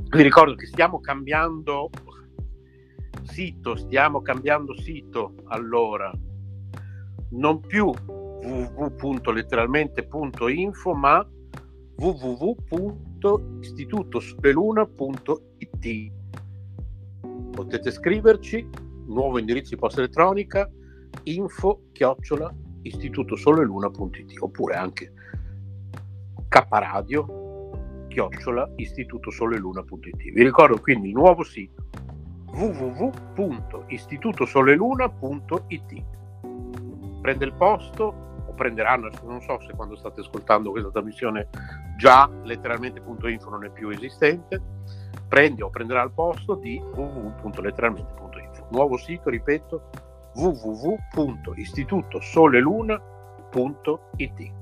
Vi ricordo che stiamo cambiando sito, allora non più www.letteralmente.info, ma www.istitutosoleluna.it. Potete scriverci, nuovo indirizzo di posta elettronica info@istitutosoleluna.it, oppure anche kradio@istitutosoleluna.it. Vi ricordo quindi il nuovo sito www.istitutosoleluna.it. Prende il posto, o prenderanno, non so se quando state ascoltando questa trasmissione già letteralmente.info non è più esistente, prende o prenderà il posto di www.letteralmente.info. Nuovo sito, ripeto, www.istitutosoleluna.it.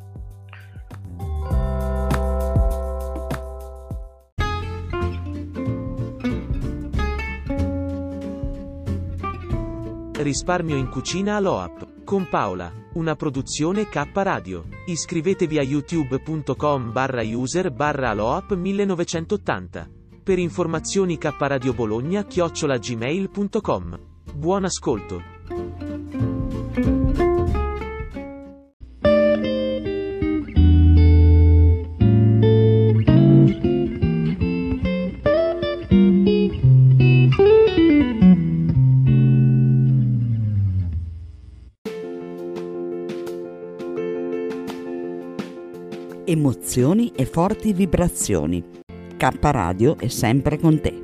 Risparmio in cucina all'OAP con Paola, una produzione K Radio. Iscrivetevi a youtube.com/user/aloap 1980. Per informazioni kradiobologna@gmail.com. Buon ascolto. Emozioni e forti vibrazioni. K Radio è sempre con te.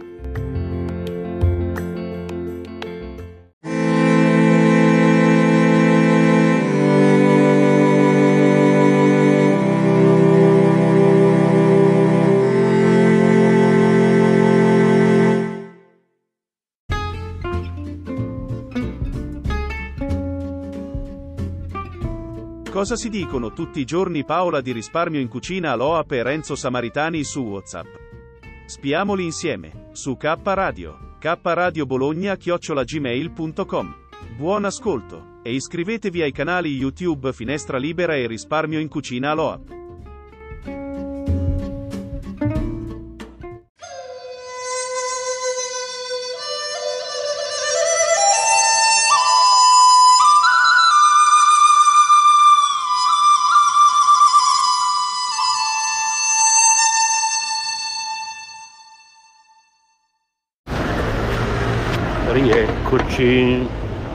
Cosa si dicono tutti i giorni Paola di Risparmio in Cucina all'OAP e Renzo Samaritani su WhatsApp? Spiamoli insieme, su K Radio, kradiobologna@gmail.com. Buon ascolto, e iscrivetevi ai canali YouTube Finestra Libera e Risparmio in Cucina all'OAP. Rieccoci.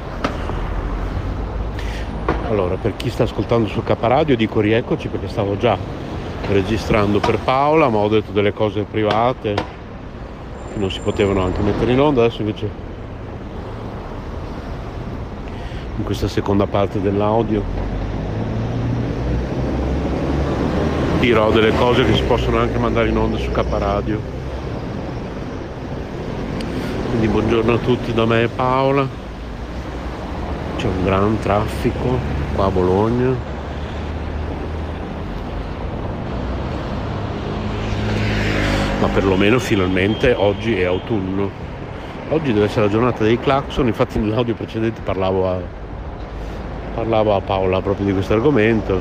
Allora, per chi sta ascoltando su K Radio dico rieccoci perché stavo già registrando per Paola, ma ho detto delle cose private che non si potevano anche mettere in onda. Adesso invece in questa seconda parte dell'audio dirò delle cose che si possono anche mandare in onda su K Radio. Quindi buongiorno a tutti da me e Paola. C'è un gran traffico qua a Bologna. Ma perlomeno finalmente oggi è autunno. Oggi deve essere la giornata dei clacson, infatti nell'audio precedente parlavo a Paola proprio di questo argomento.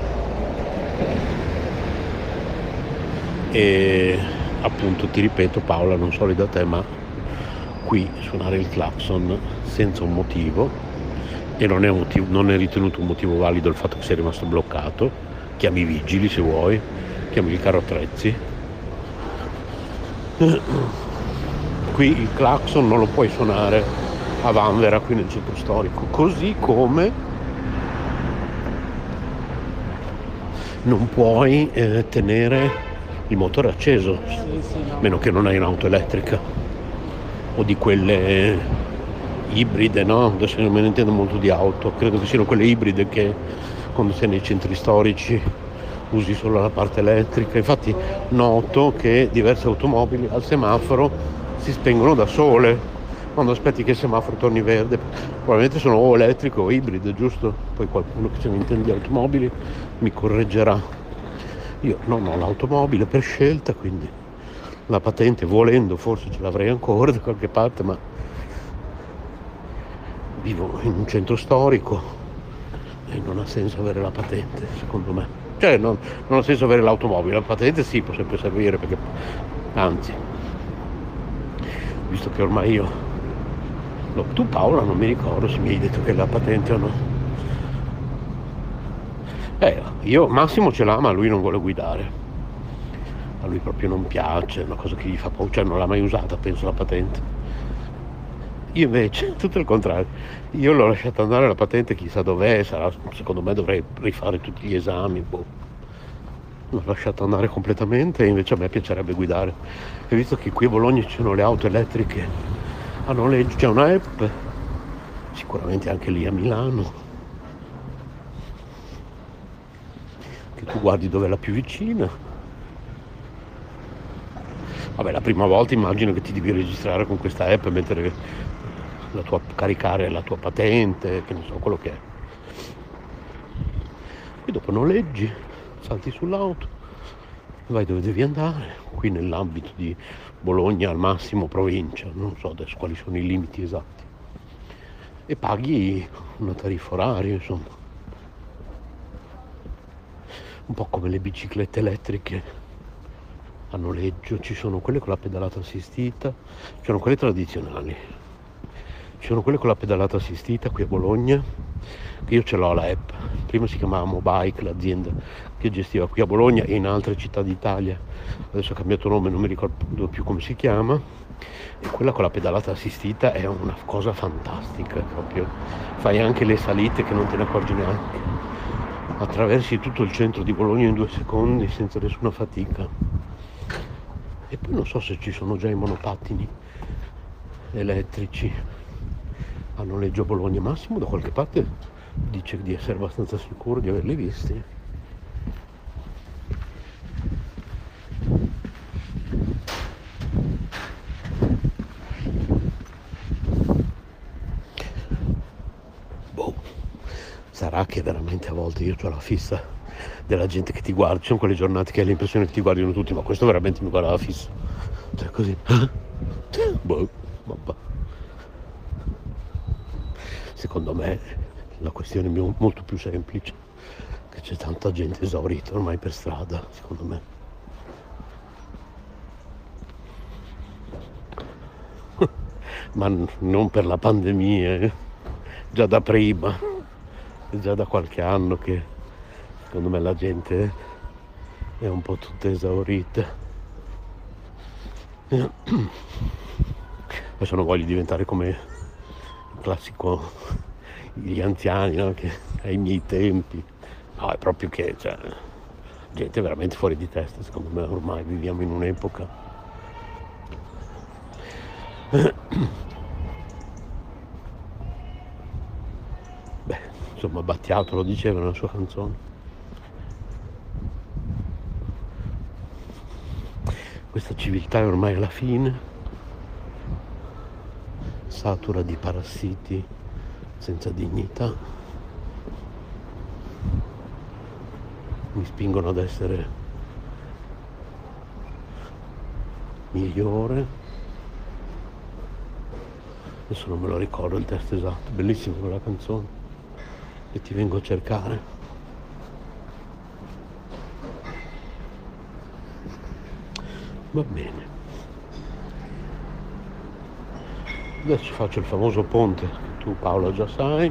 E appunto ti ripeto Paola, non so da te, ma qui suonare il clacson senza un motivo, e non è ritenuto un motivo valido il fatto che sia rimasto bloccato. Chiami i vigili se vuoi, chiami il carro attrezzi. Qui il clacson non lo puoi suonare a vanvera qui nel centro storico, così come non puoi tenere il motore acceso, meno che non hai un'auto elettrica o di quelle ibride, no? Adesso non me ne intendo molto di auto, credo che siano quelle ibride che quando sei nei centri storici usi solo la parte elettrica. Infatti noto che diverse automobili al semaforo si spengono da sole quando aspetti che il semaforo torni verde. Probabilmente sono o elettriche o ibride, giusto? Poi qualcuno che se ne intende di automobili mi correggerà. Io non ho l'automobile per scelta, quindi la patente, volendo, forse ce l'avrei ancora da qualche parte, ma vivo in un centro storico e non ha senso avere la patente, secondo me. Cioè non ha senso avere l'automobile, la patente sì, può sempre servire, perché anzi visto che ormai io... No, tu Paola non mi ricordo se mi hai detto che la patente o no. Io Massimo ce l'ha, ma lui non vuole guidare. A lui proprio non piace, è una cosa che gli fa paura, cioè non l'ha mai usata, penso, la patente. Io invece, tutto il contrario, io l'ho lasciata andare la patente, chissà dov'è, sarà, secondo me dovrei rifare tutti gli esami, boh. L'ho lasciata andare completamente e invece a me piacerebbe guidare. E visto che qui a Bologna ci sono le auto elettriche a noleggio, c'è una app, sicuramente anche lì a Milano, che tu guardi dove è la più vicina. Vabbè, la prima volta immagino che ti devi registrare con questa app e mettere caricare la tua patente, che non so quello che è. Poi dopo noleggi, salti sull'auto, vai dove devi andare, qui nell'ambito di Bologna al massimo provincia, non so adesso quali sono i limiti esatti, e paghi una tariffa oraria, insomma, un po' come le biciclette elettriche a noleggio. Ci sono quelle con la pedalata assistita, ci sono quelle tradizionali, ci sono quelle con la pedalata assistita qui a Bologna, che io ce l'ho la app. Prima si chiamava Mobike, l'azienda che gestiva qui a Bologna e in altre città d'Italia, adesso ha cambiato nome, non mi ricordo più come si chiama. E quella con la pedalata assistita è una cosa fantastica, proprio fai anche le salite che non te ne accorgi neanche, attraversi tutto il centro di Bologna in 2 secondi senza nessuna fatica. E poi non so se ci sono già i monopattini elettrici a noleggio a Bologna. Massimo da qualche parte dice di essere abbastanza sicuro di averli visti. Boh, sarà che veramente a volte io ho la fissa della gente che ti guarda. Ci sono quelle giornate che hai l'impressione che ti guardino tutti, ma questo veramente mi guardava fisso, cioè così. Boh, vabbè. Secondo me la questione è molto più semplice, che c'è tanta gente esaurita ormai per strada, secondo me. Ma non per la pandemia, già da prima, già da qualche anno che secondo me la gente è un po' tutta esaurita. Adesso non voglio diventare come il classico, gli anziani, no? Che ai miei tempi, no, è proprio che gente veramente fuori di testa. Secondo me ormai viviamo in un'epoca beh, insomma, Battiato lo diceva nella sua canzone, questa civiltà è ormai alla fine, satura di parassiti senza dignità, mi spingono ad essere migliore. Adesso non me lo ricordo il testo esatto, bellissima quella canzone, che ti vengo a cercare. Va bene, adesso faccio il famoso ponte che tu Paola già sai.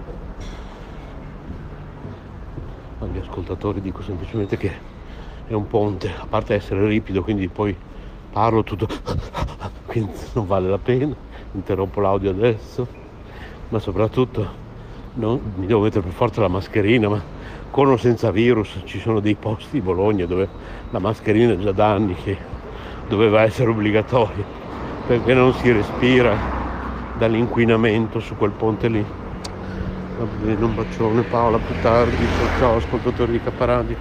Agli ascoltatori dico semplicemente che è un ponte, a parte essere ripido, quindi poi parlo tutto quindi non vale la pena, interrompo l'audio adesso, ma soprattutto mi devo mettere per forza la mascherina, ma con o senza virus ci sono dei posti di Bologna dove la mascherina è già da anni che doveva essere obbligatoria, perché non si respira dall'inquinamento su quel ponte lì. Va bene, un bacione Paola, più tardi, ciao ascoltatori di K-Radio.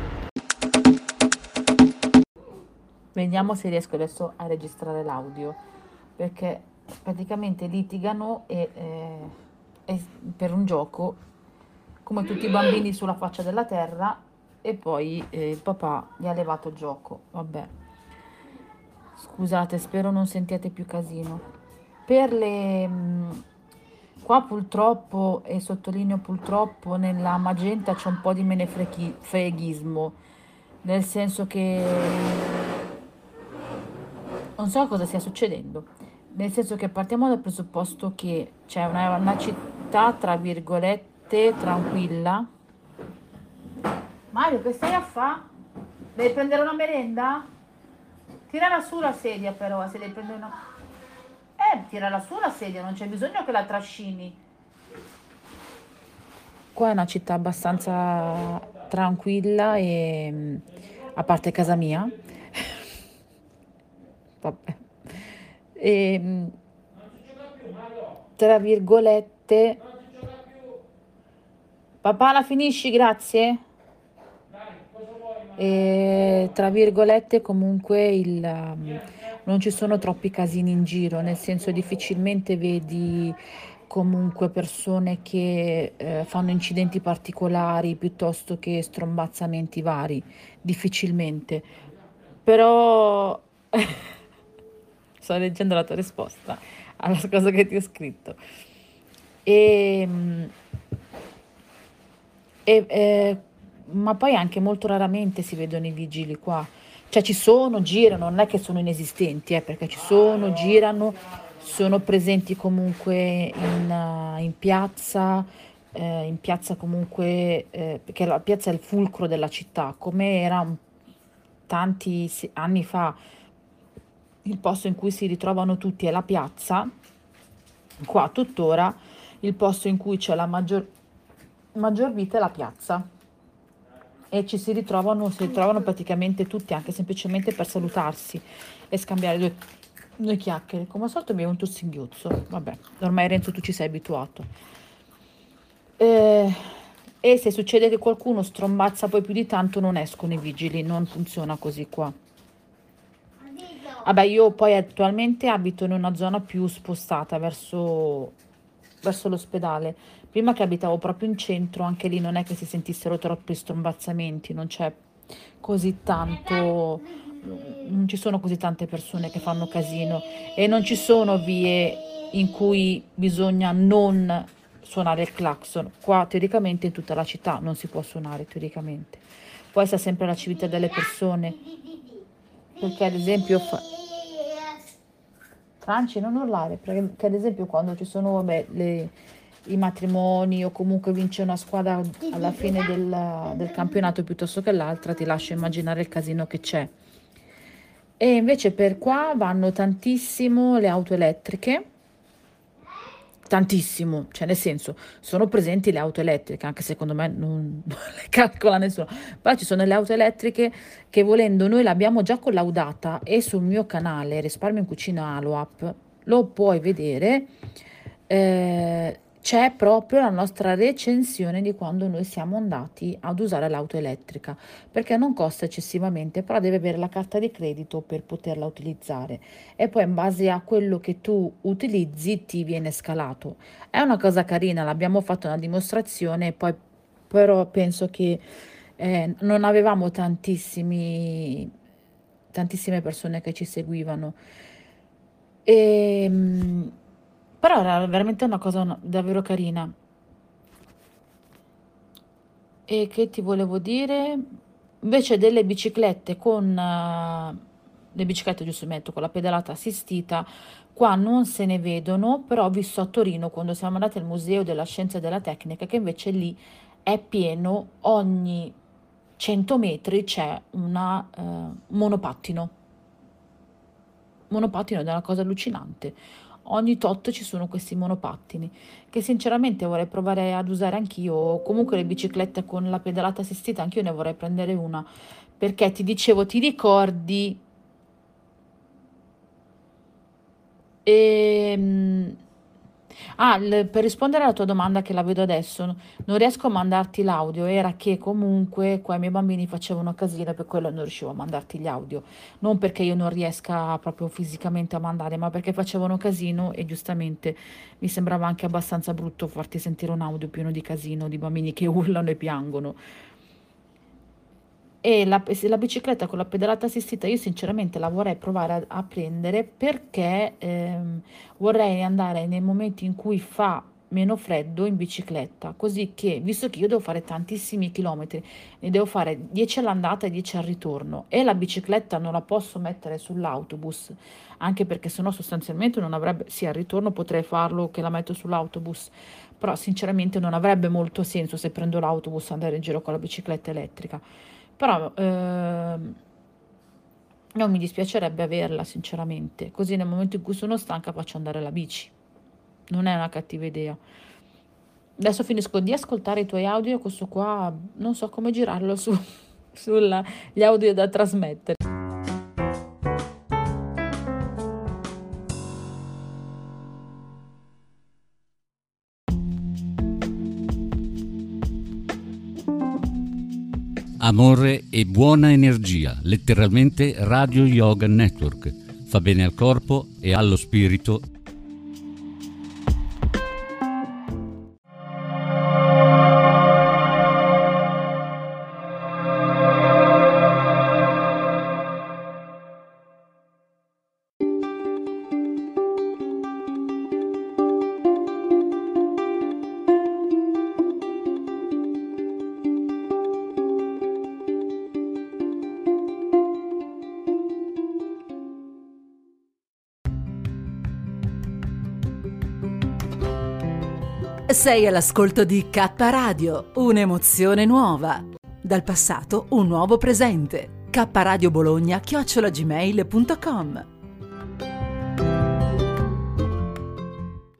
Vediamo se riesco adesso a registrare l'audio, perché praticamente litigano e per un gioco, come tutti i bambini sulla faccia della terra, e poi il papà gli ha levato il gioco. Vabbè, scusate, spero non sentiate più casino. Per le qua purtroppo, e sottolineo purtroppo, nella magenta c'è un po' di menefreghismo, nel senso che non so cosa stia succedendo, nel senso che partiamo dal presupposto che c'è una città, tra virgolette, tranquilla. Mario, che stai a fa? Devi prendere una merenda? Tirala su la sedia però, se devi prendere una... tirala su la sedia, non c'è bisogno che la trascini. Qua è una città abbastanza tranquilla e a parte casa mia, vabbè, e tra virgolette, papà la finisci, grazie? E tra virgolette comunque non ci sono troppi casini in giro, nel senso difficilmente vedi comunque persone che fanno incidenti particolari piuttosto che strombazzamenti vari, difficilmente. Però sto leggendo la tua risposta alla cosa che ti ho scritto. E, ma poi anche molto raramente si vedono i vigili qua. Cioè ci sono, girano, non è che sono inesistenti, perché ci sono, girano, sono presenti comunque in piazza comunque, perché la piazza è il fulcro della città, come era tanti anni fa il posto in cui si ritrovano tutti è la piazza, qua tuttora il posto in cui c'è la maggior vita è la piazza. E si ritrovano praticamente tutti, anche semplicemente per salutarsi e scambiare due chiacchiere. Come al solito mi è venuto un singhiozzo, vabbè, ormai Renzo tu ci sei abituato. E se succede che qualcuno strombazza poi più di tanto non escono i vigili, non funziona così qua. Vabbè, io poi attualmente abito in una zona più spostata verso l'ospedale. Prima che abitavo proprio in centro, anche lì non è che si sentissero troppi strombazzamenti, non c'è così tanto, non ci sono così tante persone che fanno casino e non ci sono vie in cui bisogna non suonare il clacson. Qua teoricamente in tutta la città non si può suonare teoricamente. Poi sta sempre la civiltà delle persone, perché ad esempio Franci, non urlare, perché ad esempio quando ci sono vabbè, i matrimoni o comunque vince una squadra alla fine del campionato piuttosto che l'altra, ti lascio immaginare il casino che c'è. E invece per qua vanno tantissimo le auto elettriche, tantissimo, cioè nel senso sono presenti le auto elettriche, anche secondo me non le calcola nessuno, però ci sono le auto elettriche che volendo noi l'abbiamo già collaudata e sul mio canale Risparmio in Cucina Aloap lo puoi vedere, c'è proprio la nostra recensione di quando noi siamo andati ad usare l'auto elettrica, perché non costa eccessivamente, però deve avere la carta di credito per poterla utilizzare e poi in base a quello che tu utilizzi ti viene scalato. È una cosa carina, l'abbiamo fatto una dimostrazione, poi però penso che non avevamo tantissime persone che ci seguivano. Però era veramente una cosa davvero carina. E che ti volevo dire? Invece delle biciclette le biciclette giusto metto con la pedalata assistita, qua non se ne vedono, però ho visto a Torino quando siamo andati al Museo della Scienza e della Tecnica che invece lì è pieno, ogni 100 metri c'è un monopattino. Monopattino è una cosa allucinante. Ogni tot ci sono questi monopattini che sinceramente vorrei provare ad usare anch'io. Comunque le biciclette con la pedalata assistita anch'io ne vorrei prendere una, perché ti dicevo, ti ricordi per rispondere alla tua domanda che la vedo adesso, non riesco a mandarti l'audio, era che comunque qua i miei bambini facevano casino e per quello non riuscivo a mandarti gli audio, non perché io non riesca proprio fisicamente a mandare, ma perché facevano casino e giustamente mi sembrava anche abbastanza brutto farti sentire un audio pieno di casino, di bambini che urlano e piangono. E la bicicletta con la pedalata assistita io sinceramente la vorrei provare a prendere perché vorrei andare nei momenti in cui fa meno freddo in bicicletta, così che, visto che io devo fare tantissimi chilometri, ne devo fare 10 all'andata e 10 al ritorno, e la bicicletta non la posso mettere sull'autobus, anche perché sennò sostanzialmente non avrebbe, sì, al ritorno potrei farlo che la metto sull'autobus, però sinceramente non avrebbe molto senso se prendo l'autobus andare in giro con la bicicletta elettrica. Però non mi dispiacerebbe averla, sinceramente, così nel momento in cui sono stanca faccio andare la bici. Non è una cattiva idea. Adesso finisco di ascoltare i tuoi audio, questo qua non so come girarlo sugli audio da trasmettere. Amore e buona energia, letteralmente Radio Yoga Network. Fa bene al corpo e allo spirito. Sei all'ascolto di K Radio, un'emozione nuova. Dal passato un nuovo presente. kradiobologna@gmail.com